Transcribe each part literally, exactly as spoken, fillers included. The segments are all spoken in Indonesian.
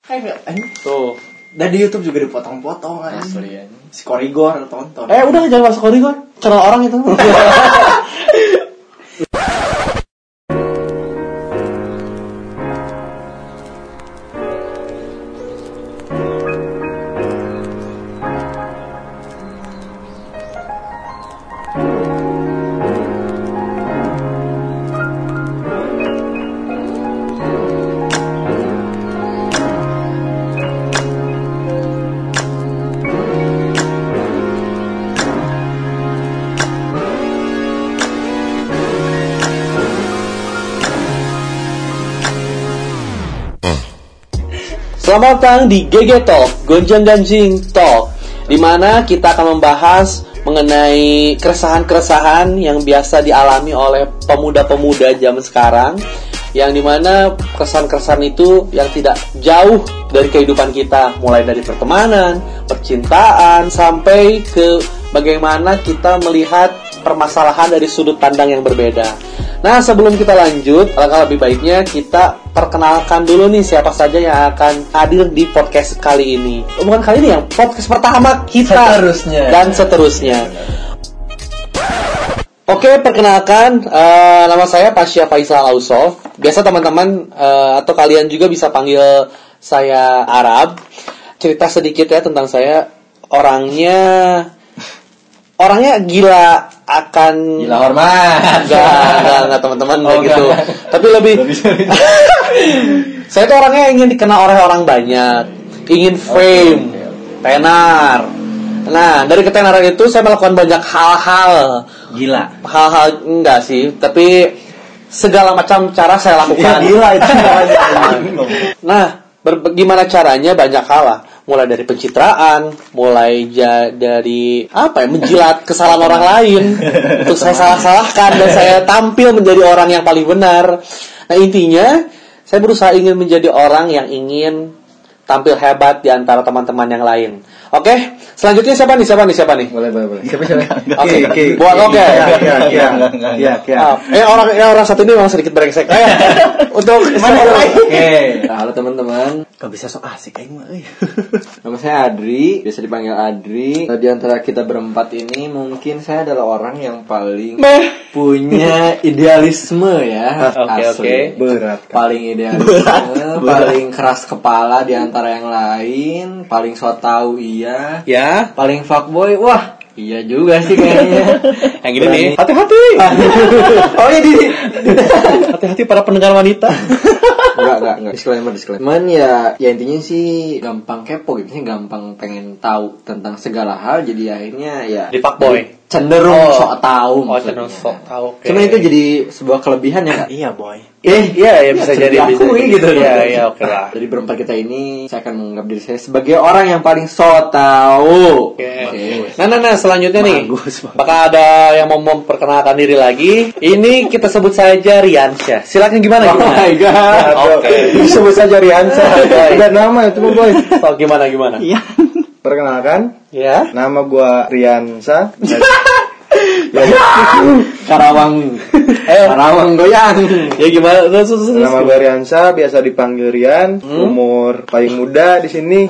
Kayak eh, tuh. Dan di YouTube juga dipotong-potong kan. Asli ya. Si Korigor tonton. Eh udah jangan masuk Korigor. Channel orang itu. Selamat datang di G G Talk, Gonjang Ganjing Talk, di mana kita akan membahas mengenai keresahan-keresahan yang biasa dialami oleh pemuda-pemuda zaman sekarang, yang dimana keresahan-keresahan itu yang tidak jauh dari kehidupan kita, mulai dari pertemanan, percintaan, sampai ke bagaimana kita melihat permasalahan dari sudut pandang yang berbeda. Nah, sebelum kita lanjut, alangkah lebih baiknya kita perkenalkan dulu nih siapa saja yang akan hadir di podcast kali ini. Oh, bukan kali ini, yang podcast pertama kita Seterusnya. dan seterusnya. Oke, perkenalkan, uh, nama saya Pasya Faisal Aussof. Biasa teman-teman uh, atau kalian juga bisa panggil saya Arab. Cerita sedikit ya tentang saya. Orangnya orangnya gila akan Gila hormat. Enggak, enggak, enggak teman-teman Oh, enggak gitu. enggak. Tapi lebih saya tuh orangnya ingin dikenal oleh orang banyak, ingin fame, okay, okay. tenar. Nah, dari ketenaran itu saya melakukan banyak hal-hal. Gila. Hal-hal enggak sih, tapi segala macam cara saya lakukan. Ya, gila itu. Nah, ber- gimana caranya banyak hal lah. Mulai dari pencitraan, mulai ja- dari apa ya, menjilat kesalahan orang lain untuk saya salah-salahkan dan saya tampil menjadi orang yang paling benar. Nah, intinya saya berusaha ingin menjadi orang yang ingin tampil hebat di antara teman-teman yang lain. Oke, selanjutnya siapa nih? Siapa nih? Siapa nih? Boleh, boleh, boleh. Siapa siapa? Oke, oke. buat oke. Iya, iya, iya. Iya, iya. Ah, eh orang eh orang satu ini memang sedikit brengsek. Eh, untuk Mana semua- Oke. Halo teman-teman. Kok bisa sok asik aing mah euy. Nama saya Adri, biasa dipanggil Adri. Di antara kita berempat ini mungkin saya adalah orang yang paling Meh. punya idealisme ya. Oke, Asli. oke. Berat. Kan? Paling idealisme, paling keras kepala di antara yang lain, paling so tau iya. Ya, Paling fuckboy, wah iya juga sih kayaknya. yang gini nih. Berani. Hati-hati. Oh iya di. Hati-hati para pendengar wanita. Enggak, enggak, enggak. Disclaimer, disclaimer. Cuman ya, ya intinya sih gampang kepo gitu sih, gampang pengen tahu tentang segala hal. Jadi akhirnya ya Di fuckboy. cenderung Oh. sok tahu. Oh, maksudnya. cenderung sok tahu. Oke. Cuman itu jadi sebuah kelebihan ya, Kak? Iya, boy. Eh, Iya, ya bisa jadi bisa. diakui gitu. Iya, iya, oke lah. Jadi berempat kita ini saya akan menganggap diri saya sebagai orang yang paling sok tahu. Oke. Oke. Nah, nah, nah, selanjutnya nih. Bagus, bagus. Apakah ada yang mau memperkenalkan diri lagi? Ini kita sebut saja Riansyah. Silakan gimana Oh gimana? my god. Oke. Disebut saja Riansyah. Ada nama itu mah, boy. So, gimana gimana? Iya. Perkenalkan, Ya. nama gua Riansa. Karawang. Ayo. Karawang goyang. Ya gimana? Terus, terus, terus. Nama gua Riansa, biasa dipanggil Rian. Umur paling muda di sini.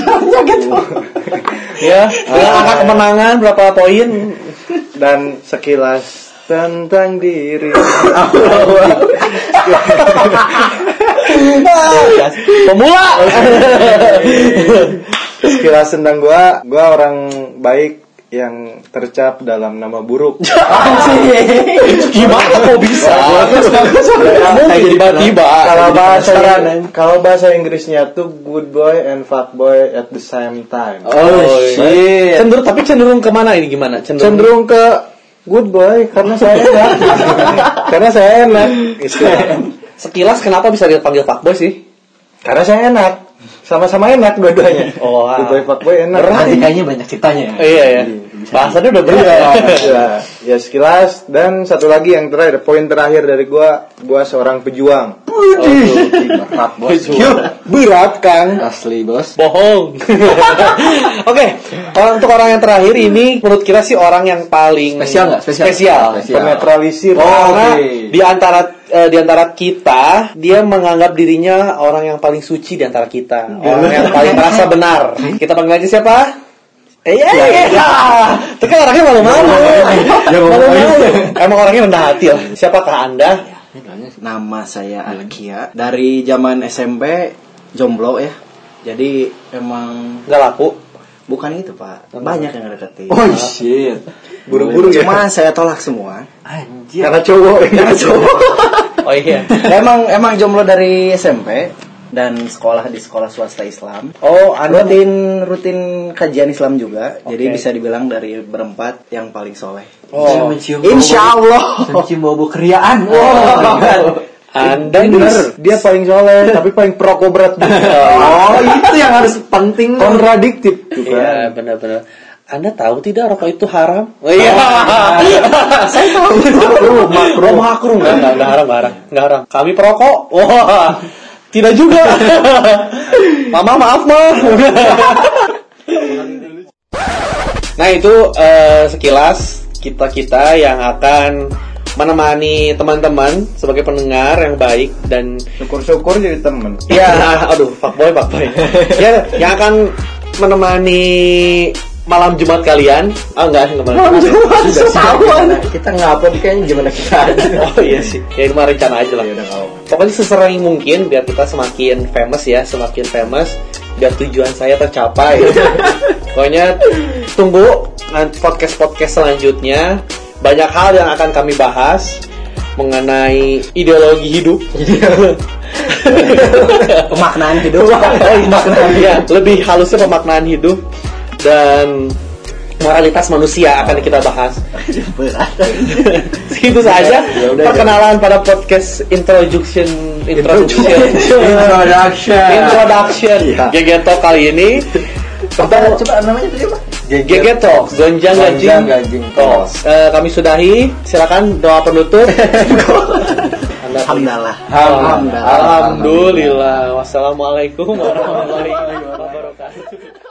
Ya. Dengan angka kemenangan berapa poin? Dan sekilas tentang diri. Pemula. Sekilas tentang gua, gua orang baik yang tercap dalam nama buruk. Gimana kok bisa? Kayak tiba-tiba. Kalau bahasa Penasaran. kalau bahasa Inggrisnya tuh good boy and fuck boy at the same time. Oh shit. Cenderung tapi cenderung kemana ini gimana? Cenderung ke good boy karena saya enak. Karena saya enak. Gitu. Sekilas kenapa bisa dipanggil fuckboy sih? Karena saya enak. Sama-sama enak dua-duanya. Oh, good boy fuck boy enak. Berarti kayaknya banyak ceritanya. Iya ya. Bahasannya udah bener. ya, ya sekilas. Dan satu lagi yang terakhir, poin terakhir dari gua, gua seorang pejuang. Berat bos. Berat Kang. Asli bos. Bohong. Oke, kalau untuk orang yang terakhir ini menurut kita sih orang yang paling Spesial nggak? Spesial. Spesial. Spesial. Penetralisir. Karena Oke. di antara uh, di antara kita, dia menganggap dirinya orang yang paling suci di antara kita, orang yang paling merasa benar. Kita panggil aja siapa? Iya, iya, iya. Itu kan orangnya malu-malu. Malu-malu. Emang orangnya rendah hati ya. Siapakah Anda? Nama saya Alkia. Dari zaman S M P jomblo ya. Jadi emang Gak laku. bukan itu, Pak. Banyak yang deketin. Oh shit. Buru-buru ya. Cuma saya tolak semua. Anjir. Karena cowok, karena cowok. Oh iya. emang emang jomblo dari S M P dan sekolah di sekolah swasta Islam. Oh, Anda Rutin rutin kajian Islam juga. Jadi Oke. bisa dibilang dari berempat yang paling soleh. Oh, Insya Allah. Mencium bau keriaan. Wow. Anda Bener, dia paling soleh, tapi paling perokok berat. Oh, itu yang harus penting. Kontradiktif. Tuh Iya, kan. benar-benar. Anda tahu tidak rokok itu haram? Oh iya. Saya tahu. Makruh, makruh, makruh. Enggak, enggak, enggak haram, enggak haram. Enggak haram. Kami perokok. Wah. Tidak juga. Mama, maaf, Ma. Nah, itu eh, sekilas kita-kita yang akan menemani teman-teman sebagai pendengar yang baik dan Syukur-syukur jadi temen. ya, aduh, fuckboy, fuckboy. Ya, yang akan menemani malam Jumat kalian. Ah, enggak, enggak malam Jumat. Gimana? Kita ngupload kayaknya gimana kita aja. Oh iya sih. Ya ini mah rencana aja lah. Pokoknya sesering mungkin biar kita semakin famous ya, semakin famous biar tujuan saya tercapai. Pokoknya tunggu podcast-podcast selanjutnya. Banyak hal yang akan kami bahas mengenai ideologi hidup. Pemaknaan hidup. Pemaknaan ya, lebih halusnya pemaknaan hidup dan moralitas manusia akan kita bahas. Segitu saja perkenalan pada podcast introduction introduction Introduction. introduction G G Talk kali ini. Coba, coba namanya tadi apa? G G Talk, gonjang ganjing ganjing Talk. Eh, kami sudahi. Silakan doa penutup. Alhamdulillah. Alhamdulillah. Alhamdulillah. Wassalamualaikum warahmatullahi wabarakatuh.